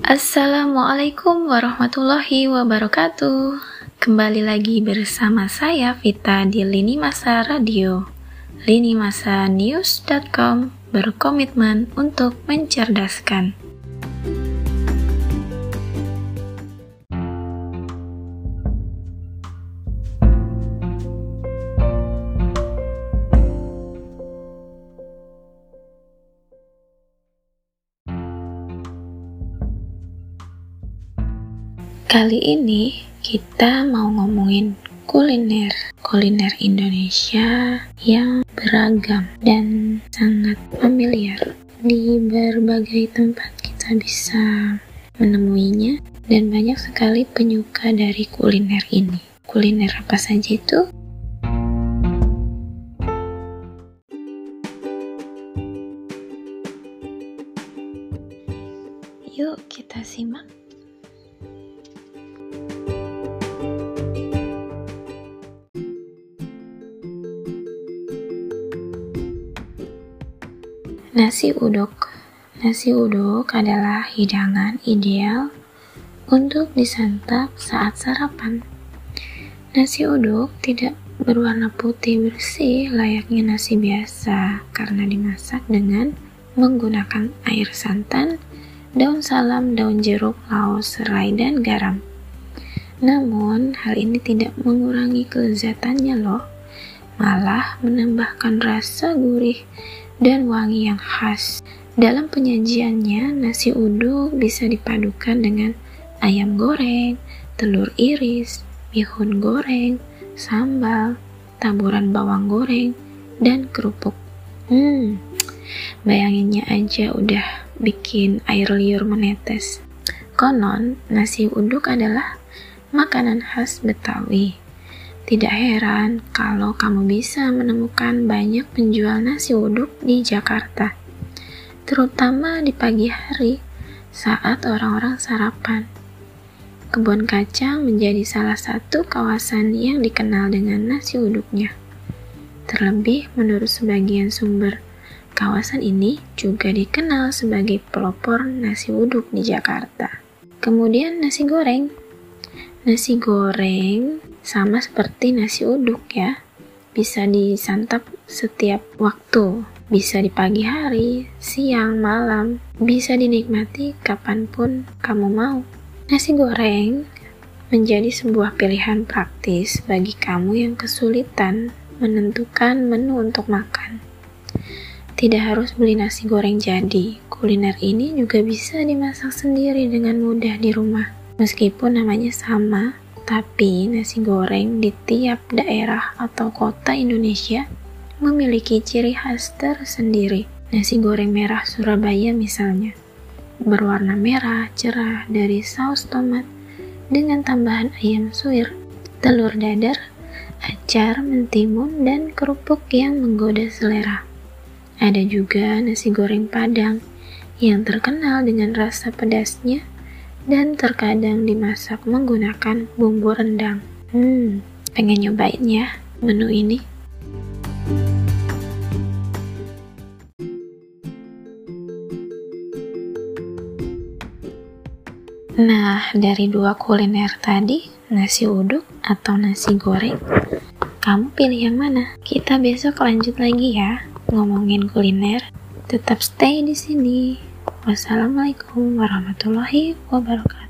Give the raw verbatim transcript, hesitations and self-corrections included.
Assalamualaikum warahmatullahi wabarakatuh. Kembali lagi bersama saya Vita di Lini Masa Radio. lini masa news dot com berkomitmen untuk mencerdaskan. Kali ini kita mau ngomongin kuliner kuliner Indonesia yang beragam dan sangat familiar. Di berbagai tempat kita bisa menemuinya dan banyak sekali penyuka dari kuliner ini. Kuliner apa saja itu? Yuk kita simak. Nasi uduk. Nasi uduk adalah hidangan ideal untuk disantap saat sarapan. Nasi uduk tidak berwarna putih bersih layaknya nasi biasa karena dimasak dengan menggunakan air santan, daun salam, daun jeruk, laos, serai, dan garam. Namun, hal ini tidak mengurangi kelezatannya loh, malah menambahkan rasa gurih dan wangi yang khas. Dalam penyajiannya, nasi uduk bisa dipadukan dengan ayam goreng, telur iris, bihun goreng, sambal, taburan bawang goreng, dan kerupuk. Hmm, bayanginnya aja udah bikin air liur menetes. Konon, nasi uduk adalah makanan khas Betawi. Tidak heran kalau kamu bisa menemukan banyak penjual nasi uduk di Jakarta, terutama di pagi hari saat orang-orang sarapan. Kebun Kacang menjadi salah satu kawasan yang dikenal dengan nasi uduknya. Terlebih menurut sebagian sumber, kawasan ini juga dikenal sebagai pelopor nasi uduk di Jakarta. Kemudian nasi goreng. Nasi goreng sama seperti nasi uduk ya, bisa disantap setiap waktu, bisa di pagi hari, siang, malam, bisa dinikmati kapanpun kamu mau. Nasi goreng menjadi sebuah pilihan praktis bagi kamu yang kesulitan menentukan menu untuk makan. Tidak harus beli nasi goreng jadi, kuliner ini juga bisa dimasak sendiri dengan mudah di rumah. Meskipun namanya sama, tapi nasi goreng di tiap daerah atau kota Indonesia memiliki ciri khas tersendiri. Nasi goreng merah Surabaya misalnya, berwarna merah cerah dari saus tomat dengan tambahan ayam suwir, telur dadar, acar, mentimun, dan kerupuk yang menggoda selera. Ada juga nasi goreng Padang yang terkenal dengan rasa pedasnya dan terkadang dimasak menggunakan bumbu rendang. Hmm, pengen nyobain ya menu ini. Nah, dari dua kuliner tadi, nasi uduk atau nasi goreng, kamu pilih yang mana? Kita besok lanjut lagi ya, ngomongin kuliner. Tetap stay di sini. Wassalamualaikum warahmatullahi wabarakatuh.